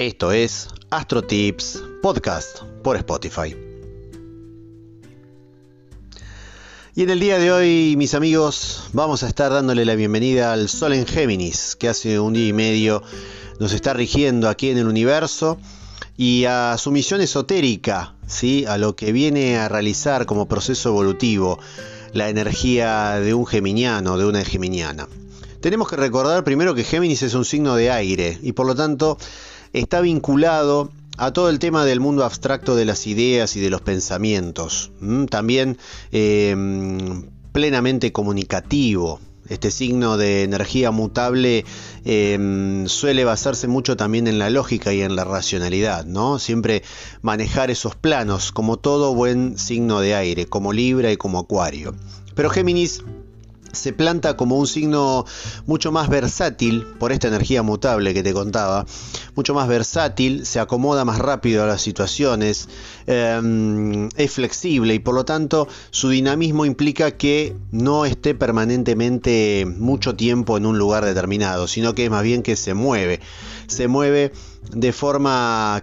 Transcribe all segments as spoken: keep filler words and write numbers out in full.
Esto es Astro Tips Podcast por Spotify. Y en el día de hoy, mis amigos, vamos a estar dándole la bienvenida al Sol en Géminis, que hace un día y medio nos está rigiendo aquí en el universo, y a su misión esotérica, ¿sí? A lo que viene a realizar como proceso evolutivo la energía de un geminiano, de una geminiana. Tenemos que recordar primero que Géminis es un signo de aire y por lo tanto está vinculado a todo el tema del mundo abstracto de las ideas y de los pensamientos. ¿Mm? También eh, plenamente comunicativo. Este signo de energía mutable eh, suele basarse mucho también en la lógica y en la racionalidad, ¿no? Siempre manejar esos planos, como todo buen signo de aire, como Libra y como Acuario. Pero Géminis se planta como un signo mucho más versátil, por esta energía mutable que te contaba, mucho más versátil, se acomoda más rápido a las situaciones, eh, es flexible y por lo tanto su dinamismo implica que no esté permanentemente mucho tiempo en un lugar determinado, sino que es más bien que se mueve, se mueve de forma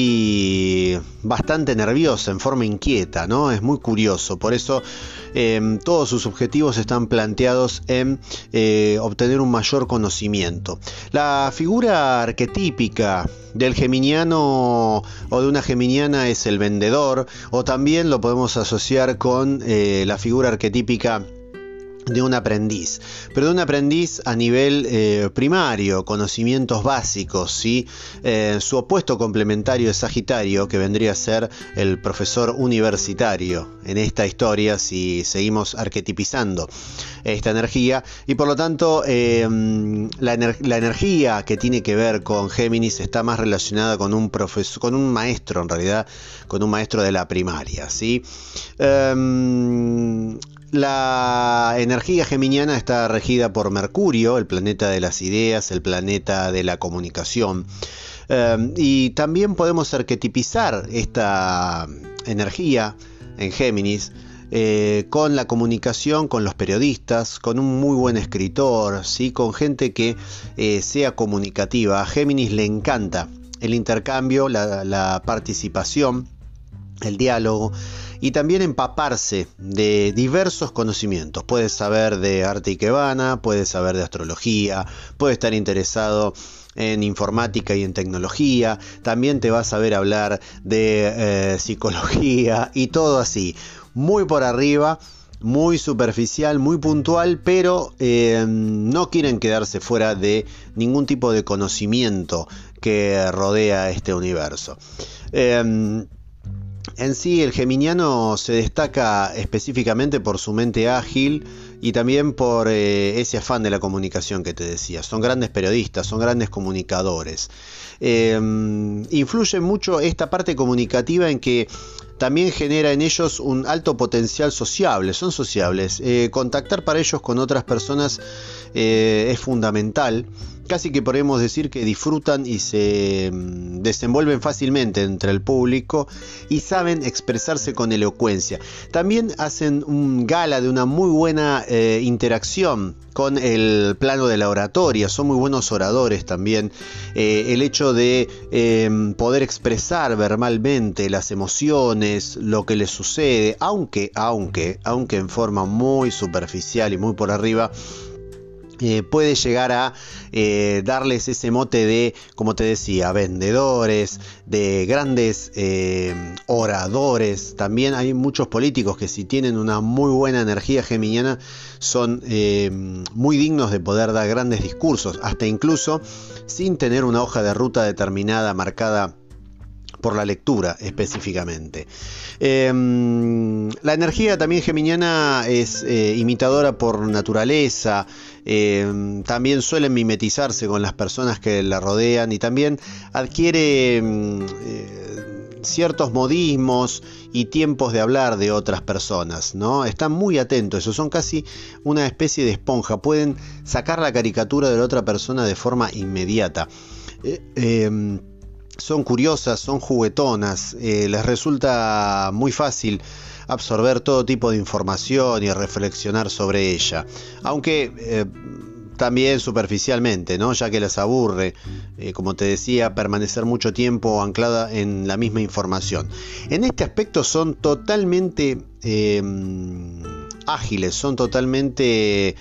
casi bastante nerviosa, en forma inquieta, ¿no? Es muy curioso, por eso eh, todos sus objetivos están planteados en eh, obtener un mayor conocimiento. La figura arquetípica del geminiano o de una geminiana es el vendedor, o también lo podemos asociar con eh, la figura arquetípica de un aprendiz, pero de un aprendiz a nivel eh, primario, conocimientos básicos, ¿sí? Eh, su opuesto complementario es Sagitario, que vendría a ser el profesor universitario en esta historia si seguimos arquetipizando esta energía, y por lo tanto eh, la, ener- la energía que tiene que ver con Géminis está más relacionada con un profesor, con un maestro en realidad, con un maestro de la primaria, ¿sí? Eh, La energía geminiana está regida por Mercurio, el planeta de las ideas, el planeta de la comunicación. Eh, y también podemos arquetipizar esta energía en Géminis eh, con la comunicación, con los periodistas, con un muy buen escritor, ¿sí? Con gente que eh, sea comunicativa. A Géminis le encanta el intercambio, la, la participación, el diálogo, y también empaparse de diversos conocimientos. Puedes saber de arte ikebana, puedes saber de astrología, puedes estar interesado en informática y en tecnología, también te vas a saber hablar de eh, psicología y todo así, muy por arriba, muy superficial, muy puntual, pero eh, no quieren quedarse fuera de ningún tipo de conocimiento que rodea este universo. Eh, En sí, el geminiano se destaca específicamente por su mente ágil y también por eh, ese afán de la comunicación que te decía. Son grandes periodistas, son grandes comunicadores. Eh, influye mucho esta parte comunicativa en que también genera en ellos un alto potencial sociable, son sociables. Eh, contactar para ellos con otras personas eh, es fundamental. Casi que podemos decir que disfrutan y se desenvuelven fácilmente entre el público y saben expresarse con elocuencia. También hacen un gala de una muy buena eh, interacción con el plano de la oratoria, son muy buenos oradores también. Eh, el hecho de eh, poder expresar verbalmente las emociones, lo que les sucede, aunque, aunque, aunque en forma muy superficial y muy por arriba, Eh, puede llegar a eh, darles ese mote de, como te decía, vendedores, de grandes eh, oradores. También hay muchos políticos que si tienen una muy buena energía geminiana son eh, muy dignos de poder dar grandes discursos, hasta incluso sin tener una hoja de ruta determinada, marcada por la lectura específicamente. Eh, la energía también geminiana es eh, imitadora por naturaleza, eh, también suelen mimetizarse con las personas que la rodean y también adquiere eh, ciertos modismos y tiempos de hablar de otras personas, ¿no? Están muy atentos, eso, son casi una especie de esponja, pueden sacar la caricatura de la otra persona de forma inmediata. Eh, eh, Son curiosas, son juguetonas, eh, les resulta muy fácil absorber todo tipo de información y reflexionar sobre ella. Aunque eh, también superficialmente, ¿no? Ya que les aburre, eh, como te decía, permanecer mucho tiempo anclada en la misma información. En este aspecto son totalmente eh, ágiles, son totalmente...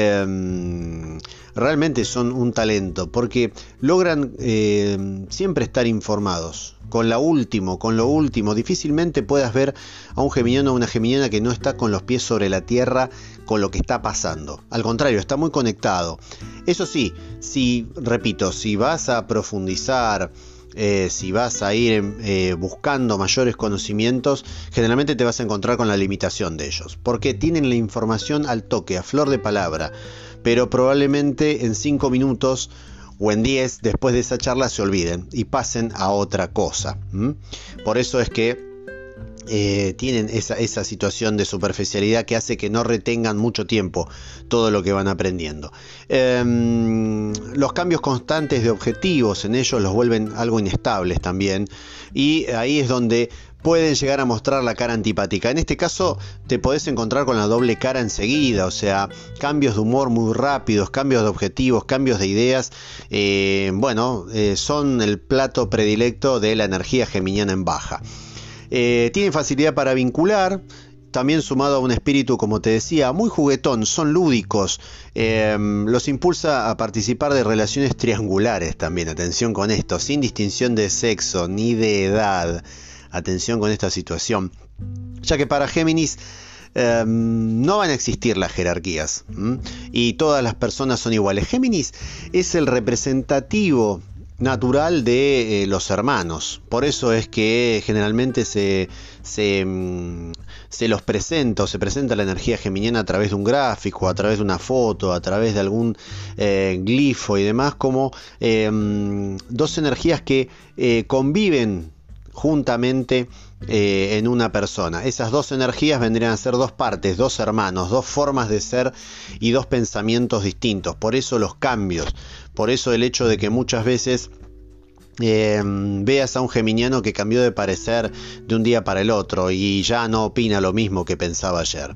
Eh, realmente son un talento, porque logran eh, siempre estar informados con la último, con lo último. Difícilmente puedas ver a un geminiano o una geminiana que no está con los pies sobre la tierra con lo que está pasando. Al contrario, está muy conectado. Eso sí, si, repito, si vas a profundizar, Eh, si vas a ir eh, buscando mayores conocimientos, generalmente te vas a encontrar con la limitación de ellos, porque tienen la información al toque, a flor de palabra, pero probablemente en cinco minutos o en diez después de esa charla se olviden y pasen a otra cosa. ¿Mm? Por eso es que Eh, tienen esa, esa situación de superficialidad que hace que no retengan mucho tiempo todo lo que van aprendiendo. Eh, los cambios constantes de objetivos en ellos los vuelven algo inestables también, y ahí es donde pueden llegar a mostrar la cara antipática. En este caso te podés encontrar con la doble cara enseguida, o sea, cambios de humor muy rápidos, cambios de objetivos, cambios de ideas. Eh, bueno, eh, son el plato predilecto de la energía geminiana en baja. Eh, tienen facilidad para vincular, también sumado a un espíritu, como te decía, muy juguetón, son lúdicos, eh, los impulsa a participar de relaciones triangulares también, atención con esto, sin distinción de sexo ni de edad, atención con esta situación, ya que para Géminis eh, no van a existir las jerarquías, ¿m? Y todas las personas son iguales. Géminis es el representativo natural de eh, los hermanos, por eso es que generalmente se, se, se los presenta o se presenta la energía geminiana a través de un gráfico, a través de una foto, a través de algún eh, glifo y demás, como eh, dos energías que eh, conviven juntamente eh, en una persona. Esas dos energías vendrían a ser dos partes, dos hermanos, dos formas de ser y dos pensamientos distintos. Por eso los cambios, por eso el hecho de que muchas veces eh, veas a un geminiano que cambió de parecer de un día para el otro y ya no opina lo mismo que pensaba ayer.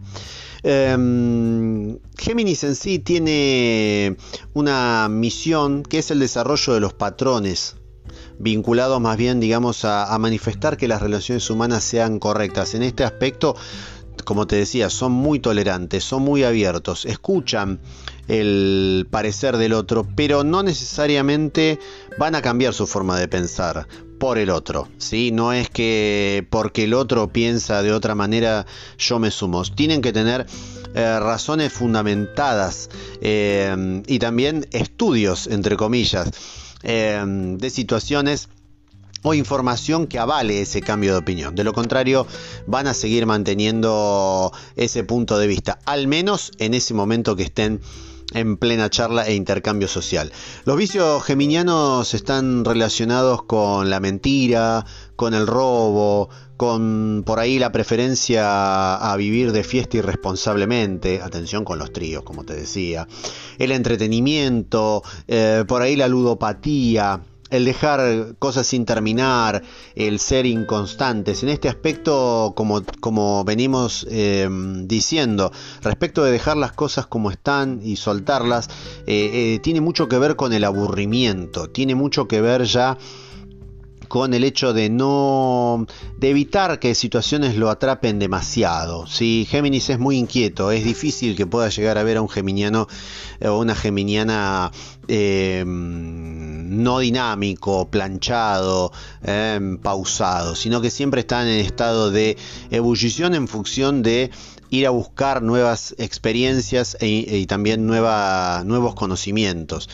Eh, Géminis en sí tiene una misión que es el desarrollo de los patrones, vinculados más bien, digamos, a, a manifestar que las relaciones humanas sean correctas. En este aspecto, como te decía, son muy tolerantes, son muy abiertos, escuchan el parecer del otro, pero no necesariamente van a cambiar su forma de pensar por el otro, ¿sí? No es que porque el otro piensa de otra manera yo me sumo. Tienen que tener eh, razones fundamentadas eh, y también estudios, entre comillas, eh, de situaciones o información que avale ese cambio de opinión. De lo contrario, van a seguir manteniendo ese punto de vista, al menos en ese momento que estén en plena charla e intercambio social. Los vicios geminianos están relacionados con la mentira, con el robo, con por ahí la preferencia a vivir de fiesta irresponsablemente, atención con los tríos, como te decía, el entretenimiento, eh, por ahí la ludopatía, el dejar cosas sin terminar, el ser inconstantes. En este aspecto, como, como venimos eh, diciendo, respecto de dejar las cosas como están y soltarlas, eh, eh, tiene mucho que ver con el aburrimiento, tiene mucho que ver ya con el hecho de no de evitar que situaciones lo atrapen demasiado. Si Géminis es muy inquieto, es difícil que pueda llegar a ver a un geminiano o una geminiana eh, no dinámico, planchado, eh, pausado, sino que siempre están en estado de ebullición en función de ir a buscar nuevas experiencias e, y también nueva, nuevos conocimientos.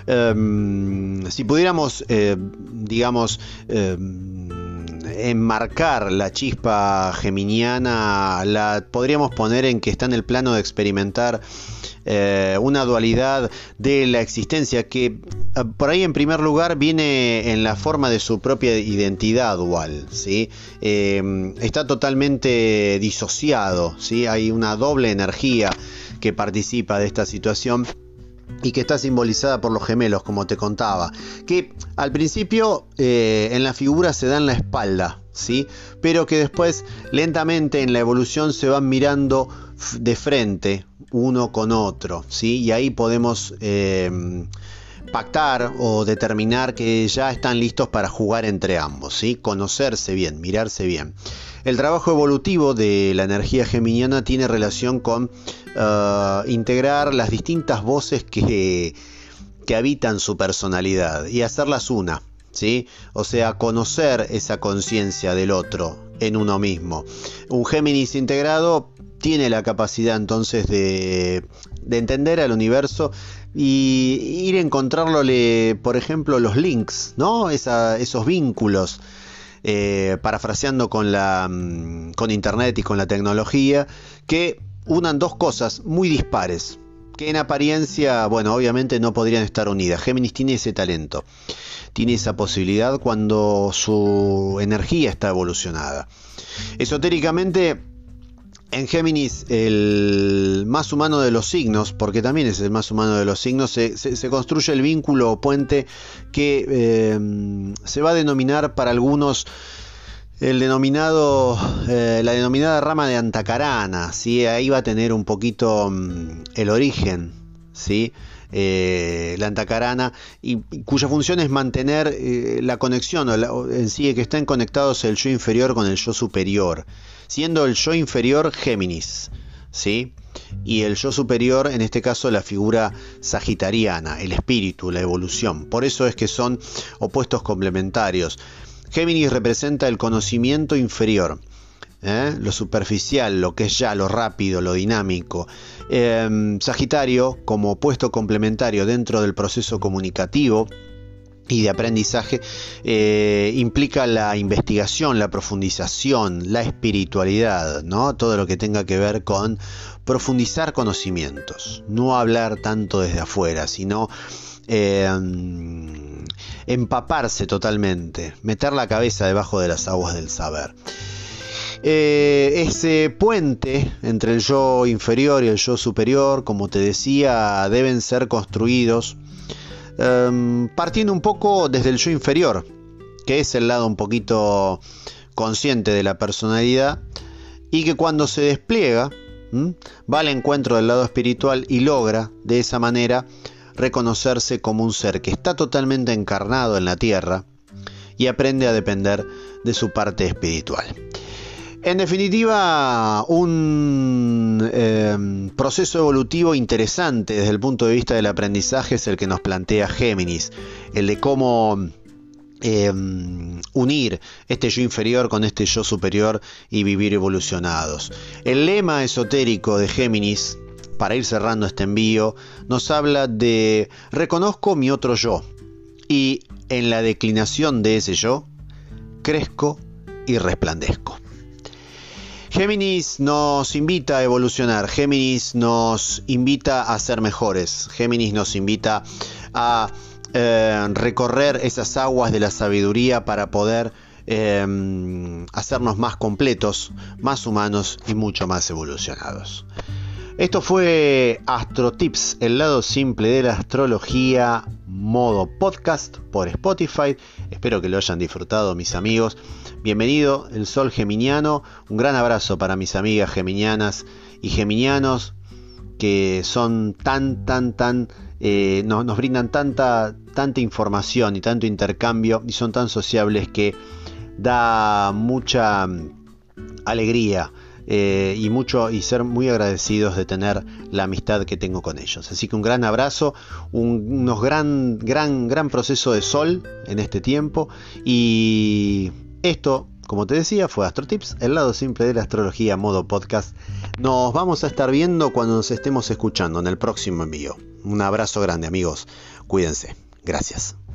Um, si pudiéramos, eh, digamos, eh, enmarcar la chispa geminiana, la podríamos poner en que está en el plano de experimentar eh, una dualidad de la existencia que por ahí en primer lugar viene en la forma de su propia identidad dual, ¿sí? Eh, está totalmente disociado, ¿sí? Hay una doble energía que participa de esta situación y que está simbolizada por los gemelos, como te contaba, que al principio eh, en la figura se dan la espalda, ¿sí? Pero que después lentamente en la evolución se van mirando de frente, uno con otro, ¿sí? Y ahí podemos eh, pactar o determinar que ya están listos para jugar entre ambos, ¿sí? Conocerse bien, mirarse bien. El trabajo evolutivo de la energía geminiana tiene relación con uh, integrar las distintas voces que, que habitan su personalidad y hacerlas una, ¿sí? O sea, conocer esa conciencia del otro en uno mismo. Un Géminis integrado tiene la capacidad entonces de, de entender al universo y ir a encontrarle, por ejemplo, los links, ¿no? Esa, esos vínculos, eh, parafraseando con, la, con internet y con la tecnología, que unan dos cosas muy dispares, que en apariencia, bueno, obviamente no podrían estar unidas. Géminis tiene ese talento, tiene esa posibilidad cuando su energía está evolucionada. Esotéricamente, en Géminis, el más humano de los signos, porque también es el más humano de los signos, se, se, se construye el vínculo o puente que eh, se va a denominar para algunos el denominado, eh, la denominada rama de Antacarana, ¿sí? Ahí va a tener un poquito um, el origen, ¿sí? Eh, la Antacarana, y, y cuya función es mantener eh, la conexión, o la, o en sí, que estén conectados el yo inferior con el yo superior, siendo el yo inferior Géminis, ¿sí? Y el yo superior, en este caso, la figura sagitariana, el espíritu, la evolución. Por eso es que son opuestos complementarios. Géminis representa el conocimiento inferior, ¿eh? Lo superficial, lo que es ya, lo rápido, lo dinámico. Eh, Sagitario, como opuesto complementario dentro del proceso comunicativo y de aprendizaje, eh, implica la investigación, la profundización, la espiritualidad, ¿no? Todo lo que tenga que ver con profundizar conocimientos, no hablar tanto desde afuera, sino eh, empaparse totalmente, meter la cabeza debajo de las aguas del saber. Eh, ese puente entre el yo inferior y el yo superior, como te decía, deben ser construidos Um, partiendo un poco desde el yo inferior, que es el lado un poquito consciente de la personalidad y que cuando se despliega ¿m? va al encuentro del lado espiritual y logra de esa manera reconocerse como un ser que está totalmente encarnado en la tierra y aprende a depender de su parte espiritual. En definitiva, un eh, proceso evolutivo interesante desde el punto de vista del aprendizaje es el que nos plantea Géminis, el de cómo eh, unir este yo inferior con este yo superior y vivir evolucionados. El lema esotérico de Géminis, para ir cerrando este envío, nos habla de reconozco mi otro yo y en la declinación de ese yo, crezco y resplandezco. Géminis nos invita a evolucionar, Géminis nos invita a ser mejores, Géminis nos invita a eh, recorrer esas aguas de la sabiduría para poder eh, hacernos más completos, más humanos y mucho más evolucionados. Esto fue Astro Tips, el lado simple de la astrología, modo podcast por Spotify. Espero que lo hayan disfrutado, mis amigos. Bienvenido el Sol Geminiano. Un gran abrazo para mis amigas geminianas y geminianos que son tan, tan, tan, eh, nos, nos brindan tanta, tanta información y tanto intercambio y son tan sociables que da mucha alegría. Eh, y mucho y ser muy agradecidos de tener la amistad que tengo con ellos. Así que un gran abrazo, un unos gran, gran, gran proceso de sol en este tiempo. Y esto, como te decía, fue Astro Tips, el lado simple de la astrología modo podcast. Nos vamos a estar viendo cuando nos estemos escuchando en el próximo envío. Un abrazo grande, amigos. Cuídense. Gracias.